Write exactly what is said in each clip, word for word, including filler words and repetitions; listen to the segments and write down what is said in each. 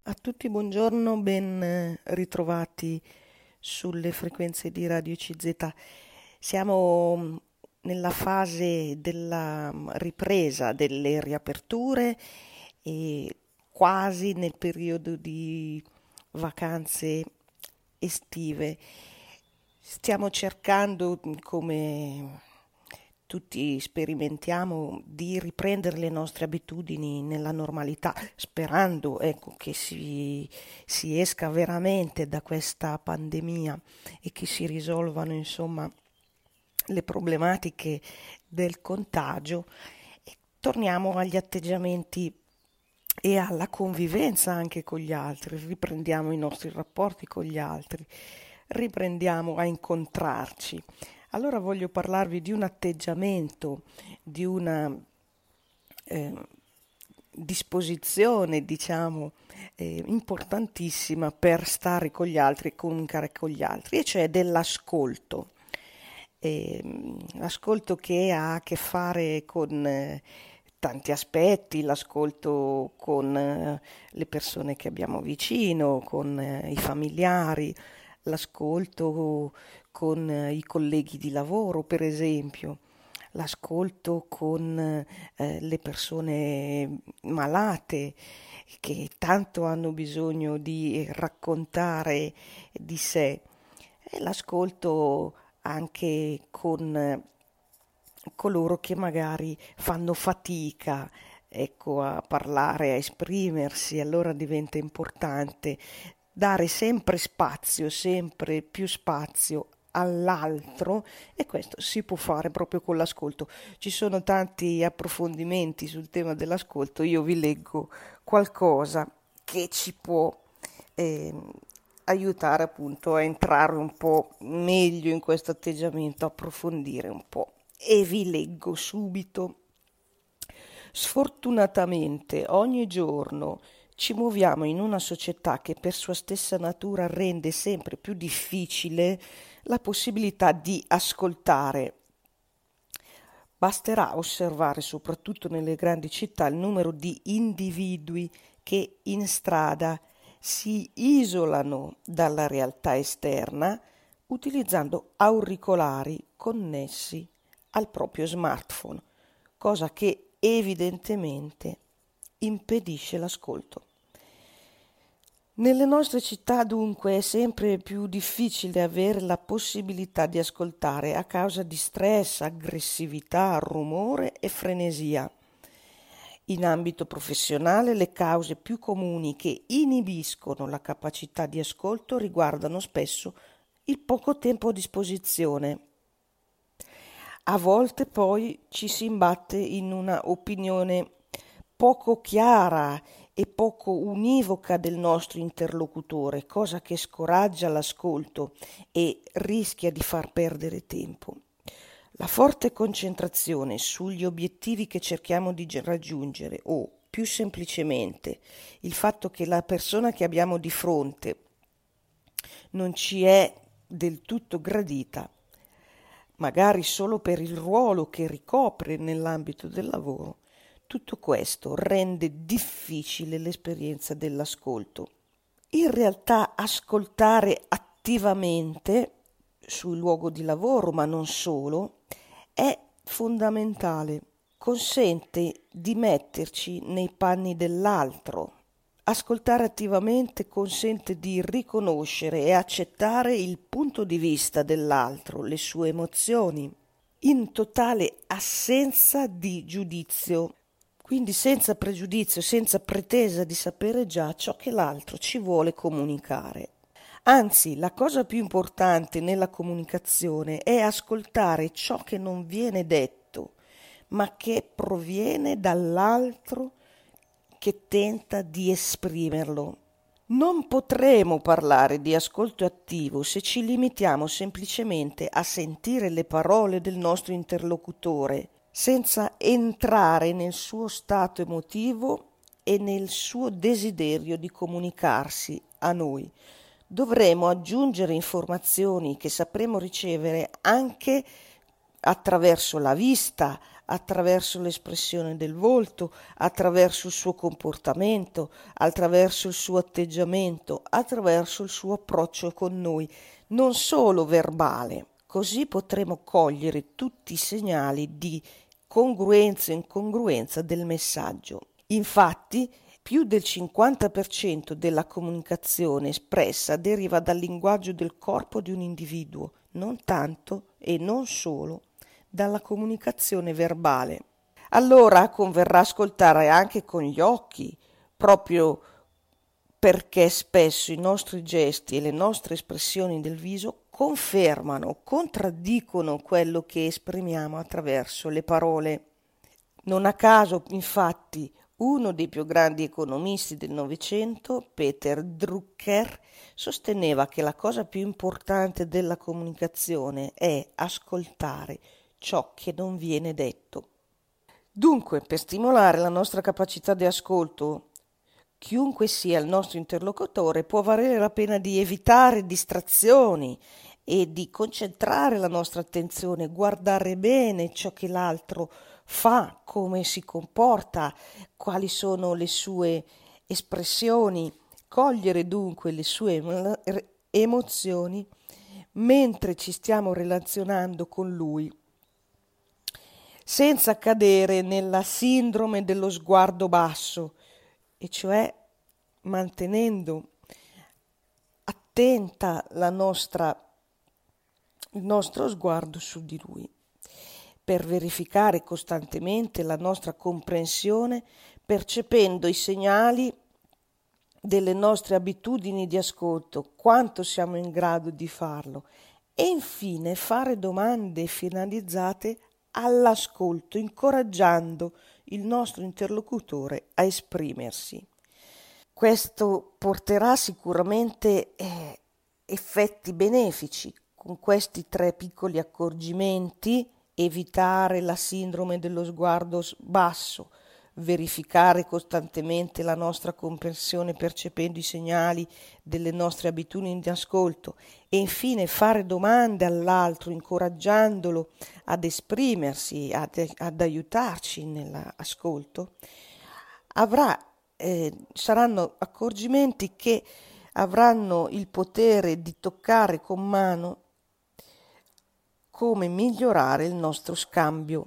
A tutti buongiorno, ben eh, ritrovati sulle frequenze di Radio C Z. Siamo mm, nella fase della mm, ripresa delle riaperture e quasi nel periodo di vacanze estive. Stiamo cercando, mm, come tutti sperimentiamo, di riprendere le nostre abitudini nella normalità, sperando, ecco, che si, si esca veramente da questa pandemia e che si risolvano, insomma, le problematiche del contagio. E torniamo agli atteggiamenti e alla convivenza anche con gli altri, riprendiamo i nostri rapporti con gli altri, riprendiamo a incontrarci. Allora voglio parlarvi di un atteggiamento, di una eh, disposizione, diciamo, eh, importantissima per stare con gli altri e comunicare con gli altri, e cioè dell'ascolto. Eh, l'ascolto che ha a che fare con eh, tanti aspetti, l'ascolto con eh, le persone che abbiamo vicino, con eh, i familiari, l'ascolto con eh, i colleghi di lavoro, per esempio, l'ascolto con eh, le persone malate che tanto hanno bisogno di raccontare di sé, e l'ascolto anche con eh, coloro che magari fanno fatica, ecco, a parlare, a esprimersi. Allora diventa importante dare sempre spazio, sempre più spazio all'altro, e questo si può fare proprio con l'ascolto. Ci sono tanti approfondimenti sul tema dell'ascolto, io vi leggo qualcosa che ci può eh, aiutare appunto a entrare un po' meglio in questo atteggiamento, approfondire un po'. E vi leggo subito. Sfortunatamente ogni giorno ci muoviamo in una società che per sua stessa natura rende sempre più difficile la possibilità di ascoltare. Basterà osservare, soprattutto nelle grandi città, il numero di individui che in strada si isolano dalla realtà esterna utilizzando auricolari connessi al proprio smartphone, cosa che evidentemente impedisce l'ascolto. Nelle nostre città dunque è sempre più difficile avere la possibilità di ascoltare a causa di stress, aggressività, rumore e frenesia. In ambito professionale le cause più comuni che inibiscono la capacità di ascolto riguardano spesso il poco tempo a disposizione. A volte poi ci si imbatte in una opinione poco chiara e poco univoca del nostro interlocutore, cosa che scoraggia l'ascolto e rischia di far perdere tempo. La forte concentrazione sugli obiettivi che cerchiamo di raggiungere, o più semplicemente il fatto che la persona che abbiamo di fronte non ci è del tutto gradita, magari solo per il ruolo che ricopre nell'ambito del lavoro, tutto questo rende difficile l'esperienza dell'ascolto. In realtà ascoltare attivamente sul luogo di lavoro, ma non solo, è fondamentale. Consente di metterci nei panni dell'altro. Ascoltare attivamente consente di riconoscere e accettare il punto di vista dell'altro, le sue emozioni, in totale assenza di giudizio. Quindi senza pregiudizio, senza pretesa di sapere già ciò che l'altro ci vuole comunicare. Anzi, la cosa più importante nella comunicazione è ascoltare ciò che non viene detto, ma che proviene dall'altro che tenta di esprimerlo. Non potremo parlare di ascolto attivo se ci limitiamo semplicemente a sentire le parole del nostro interlocutore, senza entrare nel suo stato emotivo e nel suo desiderio di comunicarsi a noi. Dovremo aggiungere informazioni che sapremo ricevere anche attraverso la vista, attraverso l'espressione del volto, attraverso il suo comportamento, attraverso il suo atteggiamento, attraverso il suo approccio con noi, non solo verbale. Così potremo cogliere tutti i segnali di congruenza e incongruenza del messaggio. Infatti, più del cinquanta per cento della comunicazione espressa deriva dal linguaggio del corpo di un individuo, non tanto e non solo dalla comunicazione verbale. Allora converrà ascoltare anche con gli occhi, proprio perché spesso i nostri gesti e le nostre espressioni del viso confermano, contraddicono quello che esprimiamo attraverso le parole. Non a caso, infatti, uno dei più grandi economisti del Novecento, Peter Drucker, sosteneva che la cosa più importante della comunicazione è ascoltare ciò che non viene detto. Dunque, per stimolare la nostra capacità di ascolto, chiunque sia il nostro interlocutore, può valere la pena di evitare distrazioni e di concentrare la nostra attenzione, guardare bene ciò che l'altro fa, come si comporta, quali sono le sue espressioni, cogliere dunque le sue emozioni mentre ci stiamo relazionando con lui, senza cadere nella sindrome dello sguardo basso, e cioè mantenendo attenta la nostra, il nostro sguardo su di lui, per verificare costantemente la nostra comprensione, percependo i segnali delle nostre abitudini di ascolto, quanto siamo in grado di farlo, e infine fare domande finalizzate all'ascolto, incoraggiando il nostro interlocutore a esprimersi. Questo porterà sicuramente eh, effetti benefici. Con questi tre piccoli accorgimenti: evitare la sindrome dello sguardo basso, verificare costantemente la nostra comprensione percependo i segnali delle nostre abitudini di ascolto e infine fare domande all'altro incoraggiandolo ad esprimersi, ad, ad aiutarci nell'ascolto, avrà, eh, saranno accorgimenti che avranno il potere di toccare con mano come migliorare il nostro scambio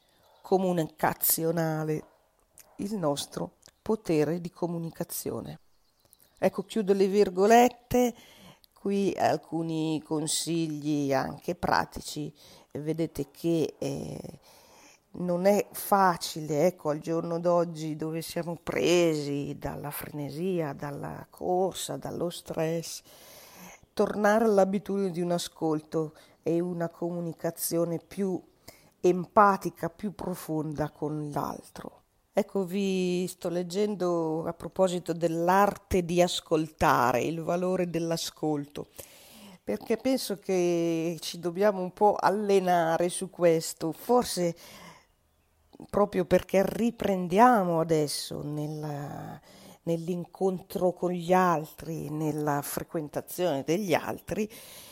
comunicazionale, il nostro potere di comunicazione. Ecco, chiudo le virgolette, qui alcuni consigli anche pratici. Vedete che eh, non è facile, ecco, al giorno d'oggi, dove siamo presi dalla frenesia, dalla corsa, dallo stress, tornare all'abitudine di un ascolto e una comunicazione più empatica, più profonda con l'altro. Ecco, vi sto leggendo a proposito dell'arte di ascoltare, il valore dell'ascolto, perché penso che ci dobbiamo un po' allenare su questo, forse proprio perché riprendiamo adesso nella, nell'incontro con gli altri, nella frequentazione degli altri,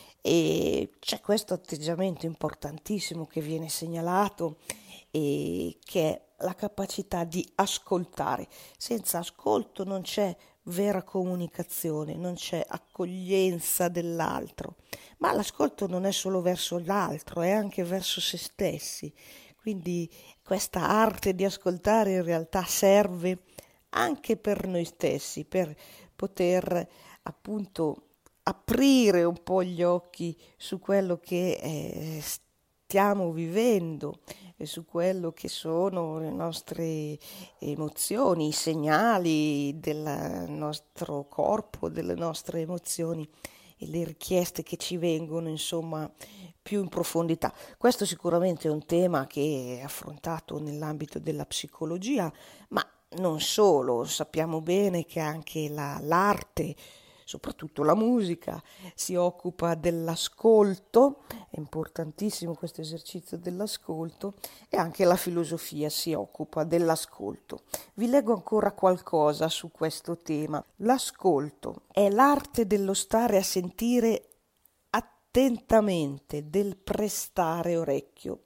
e c'è questo atteggiamento importantissimo che viene segnalato e che è la capacità di ascoltare. Senza ascolto non c'è vera comunicazione, non c'è accoglienza dell'altro, ma l'ascolto non è solo verso l'altro, è anche verso se stessi. Quindi questa arte di ascoltare in realtà serve anche per noi stessi, per poter appunto aprire un po' gli occhi su quello che eh, stiamo vivendo e su quello che sono le nostre emozioni, i segnali del nostro corpo, delle nostre emozioni e le richieste che ci vengono, insomma, più in profondità. Questo sicuramente è un tema che è affrontato nell'ambito della psicologia, ma non solo, sappiamo bene che anche la, l'arte, soprattutto la musica, si occupa dell'ascolto, è importantissimo questo esercizio dell'ascolto, e anche la filosofia si occupa dell'ascolto. Vi leggo ancora qualcosa su questo tema. L'ascolto è l'arte dello stare a sentire attentamente, del prestare orecchio.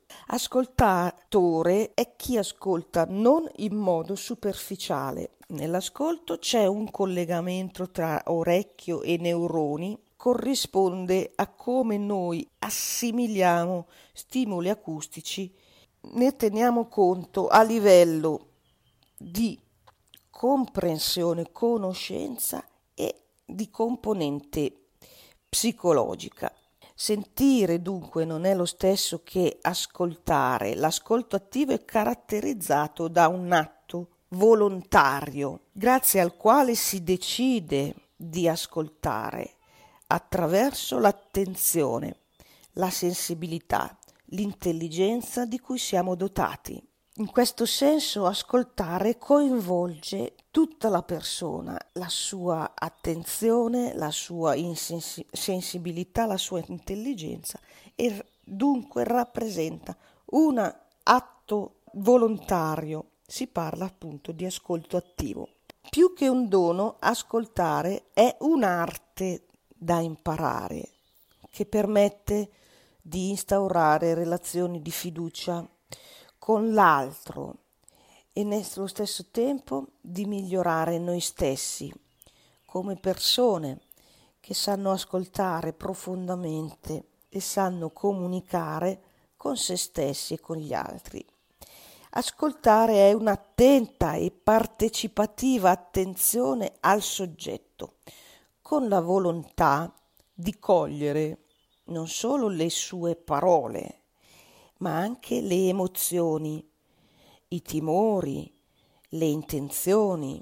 Ascoltatore è chi ascolta non in modo superficiale. Nell'ascolto c'è un collegamento tra orecchio e neuroni, corrisponde a come noi assimiliamo stimoli acustici, ne teniamo conto a livello di comprensione, conoscenza e di componente psicologica. Sentire dunque non è lo stesso che ascoltare. L'ascolto attivo è caratterizzato da un atto volontario, grazie al quale si decide di ascoltare attraverso l'attenzione, la sensibilità, l'intelligenza di cui siamo dotati. In questo senso ascoltare coinvolge tutta la persona, la sua attenzione, la sua insensi- sensibilità, la sua intelligenza e dunque rappresenta un atto volontario. Si parla appunto di ascolto attivo. Più che un dono, ascoltare è un'arte da imparare che permette di instaurare relazioni di fiducia con l'altro e nello stesso tempo di migliorare noi stessi come persone che sanno ascoltare profondamente e sanno comunicare con se stessi e con gli altri. Ascoltare è un'attenta e partecipativa attenzione al soggetto, con la volontà di cogliere non solo le sue parole, ma anche le emozioni, i timori, le intenzioni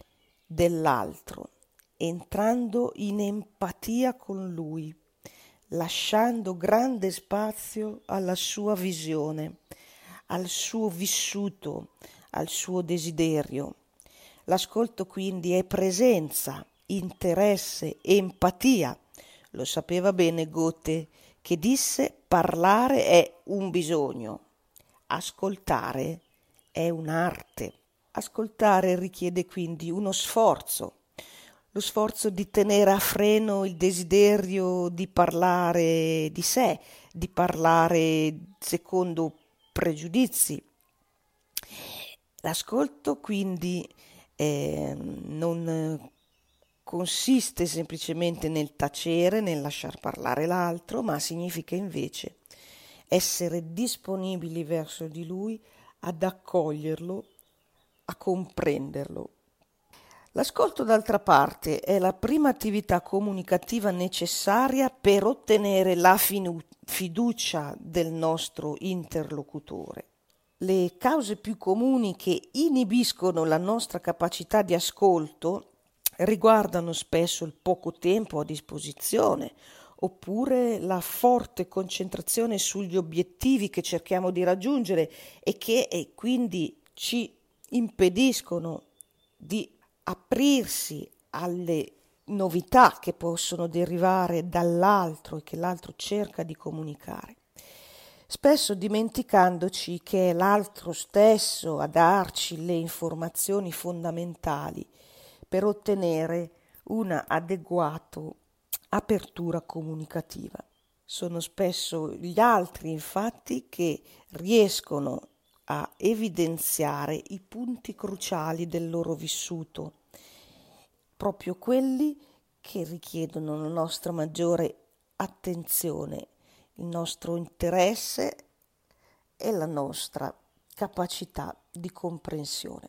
dell'altro, entrando in empatia con lui, lasciando grande spazio alla sua visione, al suo vissuto, al suo desiderio. L'ascolto quindi è presenza, interesse, empatia. Lo sapeva bene Goethe, che disse: parlare è un bisogno, ascoltare è un'arte. Ascoltare richiede quindi uno sforzo, lo sforzo di tenere a freno il desiderio di parlare di sé, di parlare secondo pregiudizi. L'ascolto quindi eh, non consiste semplicemente nel tacere, nel lasciar parlare l'altro, ma significa invece essere disponibili verso di lui, ad accoglierlo, a comprenderlo. L'ascolto, d'altra parte, è la prima attività comunicativa necessaria per ottenere la fiducia del nostro interlocutore. Le cause più comuni che inibiscono la nostra capacità di ascolto riguardano spesso il poco tempo a disposizione, oppure la forte concentrazione sugli obiettivi che cerchiamo di raggiungere e che e quindi ci impediscono di aprirsi alle novità che possono derivare dall'altro e che l'altro cerca di comunicare. Spesso dimenticandoci che è l'altro stesso a darci le informazioni fondamentali per ottenere una adeguata apertura comunicativa. Sono spesso gli altri, infatti, che riescono a evidenziare i punti cruciali del loro vissuto, proprio quelli che richiedono la nostra maggiore attenzione, il nostro interesse e la nostra capacità di comprensione.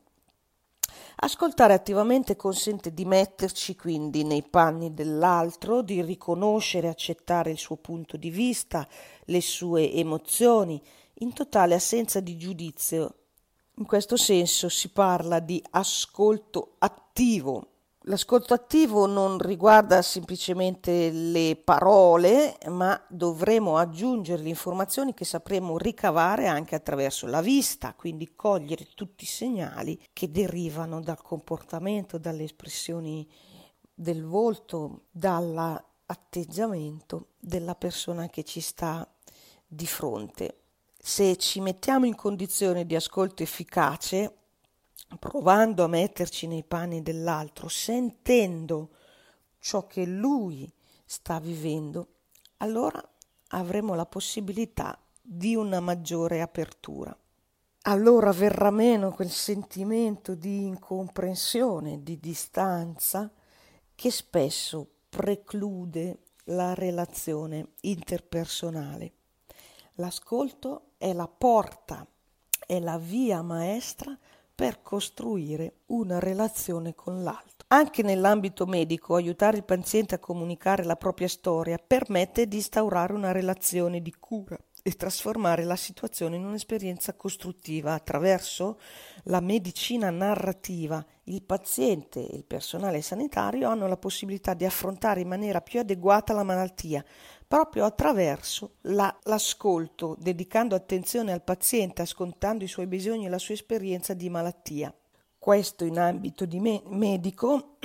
Ascoltare attivamente consente di metterci quindi nei panni dell'altro, di riconoscere e accettare il suo punto di vista, le sue emozioni, in totale assenza di giudizio. In questo senso si parla di ascolto attivo. L'ascolto attivo non riguarda semplicemente le parole, ma dovremo aggiungere le informazioni che sapremo ricavare anche attraverso la vista, quindi cogliere tutti i segnali che derivano dal comportamento, dalle espressioni del volto, dall'atteggiamento della persona che ci sta di fronte. Se ci mettiamo in condizione di ascolto efficace, provando a metterci nei panni dell'altro, sentendo ciò che lui sta vivendo, allora avremo la possibilità di una maggiore apertura. Allora verrà meno quel sentimento di incomprensione, di distanza che spesso preclude la relazione interpersonale. L'ascolto è la porta, è la via maestra per costruire una relazione con l'altro. Anche nell'ambito medico, aiutare il paziente a comunicare la propria storia permette di instaurare una relazione di cura e trasformare la situazione in un'esperienza costruttiva attraverso la medicina narrativa. Il paziente e il personale sanitario hanno la possibilità di affrontare in maniera più adeguata la malattia, proprio attraverso la, l'ascolto, dedicando attenzione al paziente, ascoltando i suoi bisogni e la sua esperienza di malattia. Questo in ambito di me- medico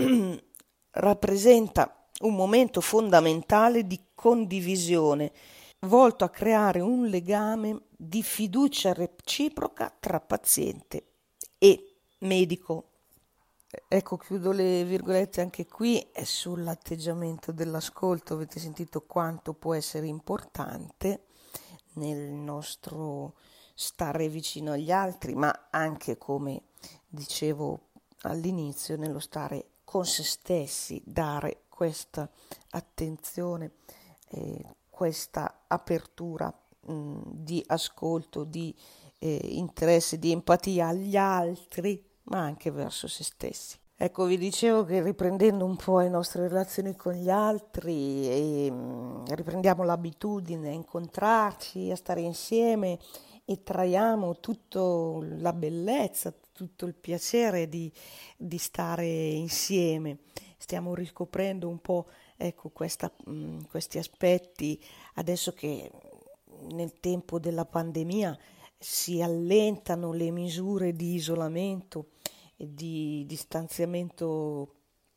rappresenta un momento fondamentale di condivisione, volto a creare un legame di fiducia reciproca tra paziente e medico. Ecco, chiudo le virgolette anche qui, è sull'atteggiamento dell'ascolto. Avete sentito quanto può essere importante nel nostro stare vicino agli altri, ma anche, come dicevo all'inizio, nello stare con se stessi, dare questa attenzione, eh, questa apertura mh, di ascolto, di eh, interesse, di empatia agli altri, ma anche verso se stessi. Ecco, vi dicevo che riprendendo un po' le nostre relazioni con gli altri, e, mh, riprendiamo l'abitudine a incontrarci, a stare insieme e traiamo tutta la bellezza, tutto il piacere di, di stare insieme. Stiamo riscoprendo un po', ecco, questa, mh, questi aspetti adesso che nel tempo della pandemia si allentano le misure di isolamento e di distanziamento,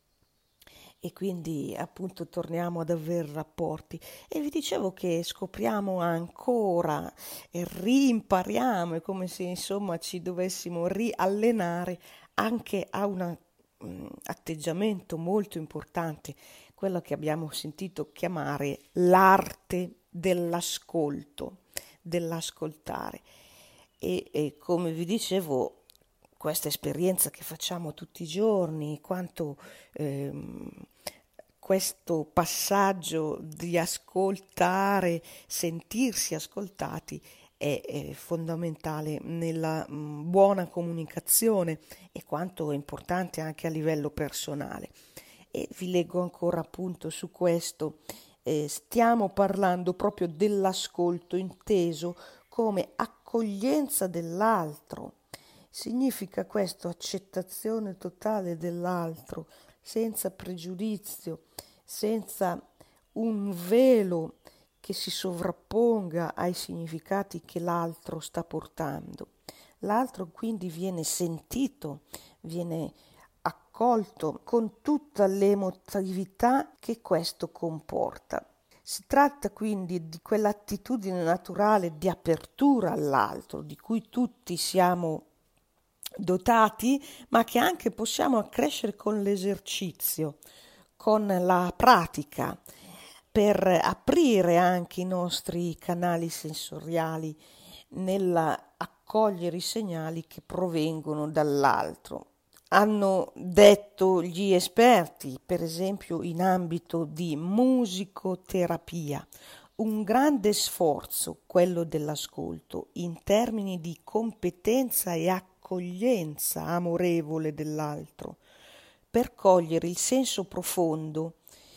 e quindi appunto torniamo ad avere rapporti. E vi dicevo che scopriamo ancora e rimpariamo, è come se insomma ci dovessimo riallenare anche a un um, atteggiamento molto importante, quello che abbiamo sentito chiamare l'arte dell'ascolto, dell'ascoltare. E, e come vi dicevo, questa esperienza che facciamo tutti i giorni, quanto ehm, questo passaggio di ascoltare, sentirsi ascoltati, è, è fondamentale nella mh, buona comunicazione, e quanto è importante anche a livello personale. E vi leggo ancora appunto su questo. Eh, stiamo parlando proprio dell'ascolto inteso come accoglienza dell'altro. Significa questo accettazione totale dell'altro, senza pregiudizio, senza un velo che si sovrapponga ai significati che l'altro sta portando. L'altro quindi viene sentito, viene accolto con tutta l'emotività che questo comporta. Si tratta quindi di quell'attitudine naturale di apertura all'altro, di cui tutti siamo dotati, ma che anche possiamo accrescere con l'esercizio, con la pratica, per aprire anche i nostri canali sensoriali nell'accogliere i segnali che provengono dall'altro. Hanno detto gli esperti, per esempio in ambito di musicoterapia, un grande sforzo quello dell'ascolto in termini di competenza e accoglienza amorevole dell'altro, per cogliere il senso profondo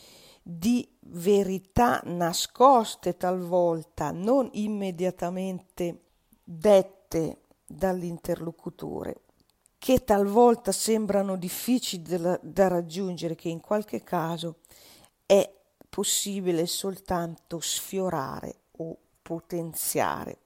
di verità nascoste talvolta, non immediatamente dette dall'interlocutore, che talvolta sembrano difficili da, da raggiungere, che in qualche caso è possibile soltanto sfiorare o potenziare.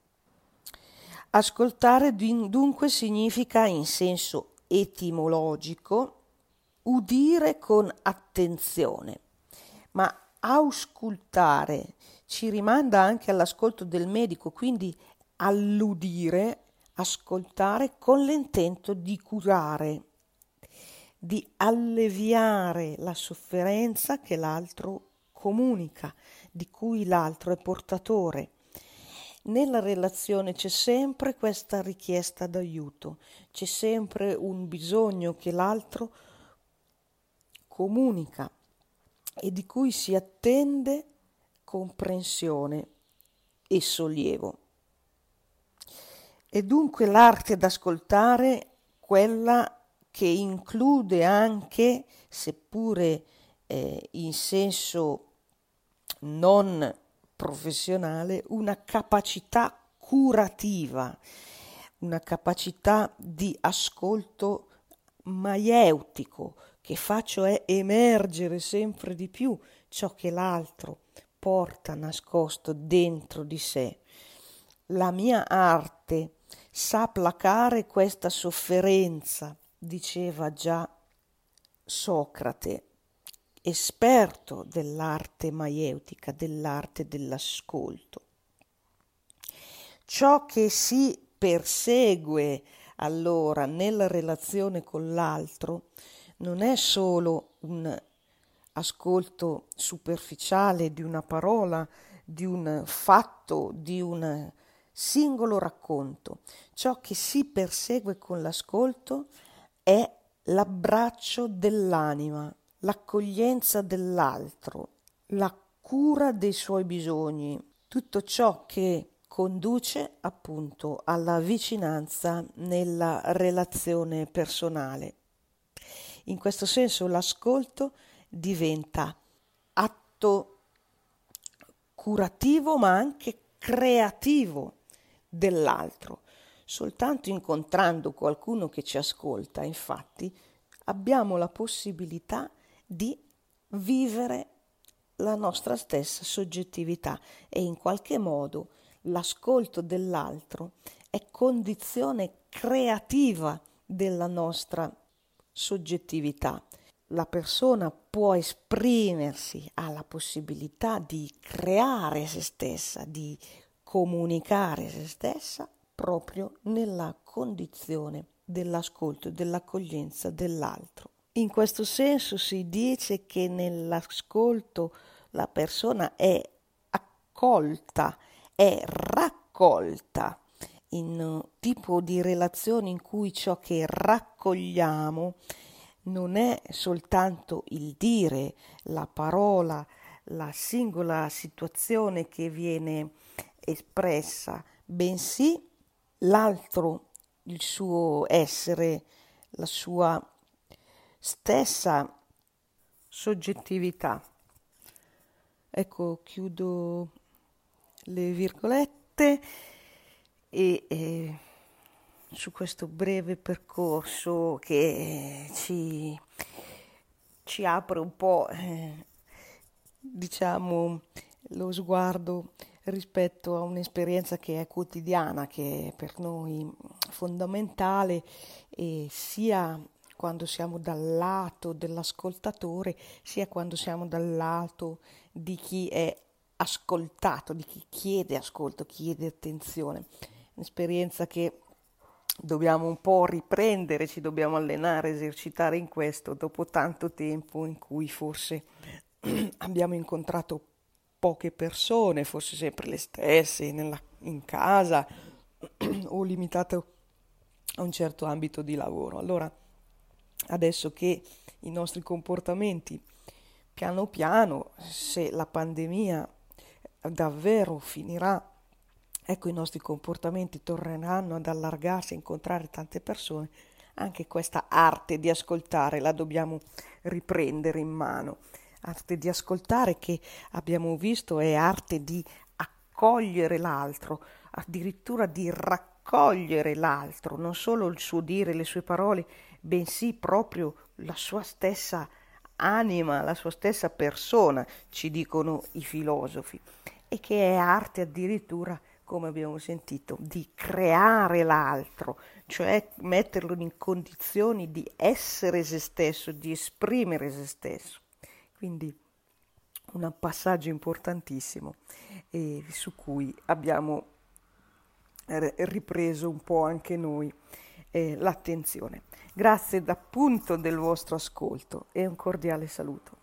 Ascoltare dunque significa, in senso etimologico, udire con attenzione, ma auscultare ci rimanda anche all'ascolto del medico, quindi all'udire, ascoltare con l'intento di curare, di alleviare la sofferenza che l'altro comunica, di cui l'altro è portatore. Nella relazione c'è sempre questa richiesta d'aiuto, c'è sempre un bisogno che l'altro comunica e di cui si attende comprensione e sollievo. E dunque l'arte d'ascoltare, quella che include anche, seppure eh, in senso non professionale, una capacità curativa, una capacità di ascolto maieutico che fa cioè emergere sempre di più ciò che l'altro porta nascosto dentro di sé. La mia arte sa placare questa sofferenza, diceva già Socrate, esperto dell'arte maieutica, dell'arte dell'ascolto. Ciò che si persegue allora nella relazione con l'altro non è solo un ascolto superficiale di una parola, di un fatto, di un singolo racconto. Ciò che si persegue con l'ascolto è l'abbraccio dell'anima, l'accoglienza dell'altro, la cura dei suoi bisogni, tutto ciò che conduce appunto alla vicinanza nella relazione personale. In questo senso l'ascolto diventa atto curativo ma anche creativo dell'altro. Soltanto incontrando qualcuno che ci ascolta, infatti, abbiamo la possibilità di vivere la nostra stessa soggettività e in qualche modo l'ascolto dell'altro è condizione creativa della nostra soggettività. La persona può esprimersi, ha la possibilità di creare se stessa, di comunicare se stessa proprio nella condizione dell'ascolto e dell'accoglienza dell'altro. In questo senso si dice che nell'ascolto la persona è accolta, è raccolta in un tipo di relazione in cui ciò che raccogliamo non è soltanto il dire, la parola, la singola situazione che viene espressa, bensì l'altro, il suo essere, la sua stessa soggettività. Ecco, chiudo le virgolette e eh, su questo breve percorso che eh, ci, ci apre un po', eh, diciamo, lo sguardo rispetto a un'esperienza che è quotidiana, che è per noi fondamentale, e sia quando siamo dal lato dell'ascoltatore, sia quando siamo dal lato di chi è ascoltato, di chi chiede ascolto, chiede attenzione. Un'esperienza che dobbiamo un po' riprendere, ci dobbiamo allenare, esercitare in questo, dopo tanto tempo in cui forse abbiamo incontrato poche persone, forse sempre le stesse, nella, in casa o limitato a un certo ambito di lavoro. Allora, adesso che i nostri comportamenti piano piano, se la pandemia davvero finirà, ecco, i nostri comportamenti torneranno ad allargarsi, a incontrare tante persone, anche questa arte di ascoltare la dobbiamo riprendere in mano. Arte di ascoltare che abbiamo visto è arte di accogliere l'altro, addirittura di raccogliere l'altro, non solo il suo dire, le sue parole, bensì proprio la sua stessa anima, la sua stessa persona, ci dicono i filosofi, e che è arte addirittura, come abbiamo sentito, di creare l'altro, cioè metterlo in condizioni di essere se stesso, di esprimere se stesso. Quindi un passaggio importantissimo e su cui abbiamo ripreso un po' anche noi eh, l'attenzione. Grazie appunto del vostro ascolto e un cordiale saluto.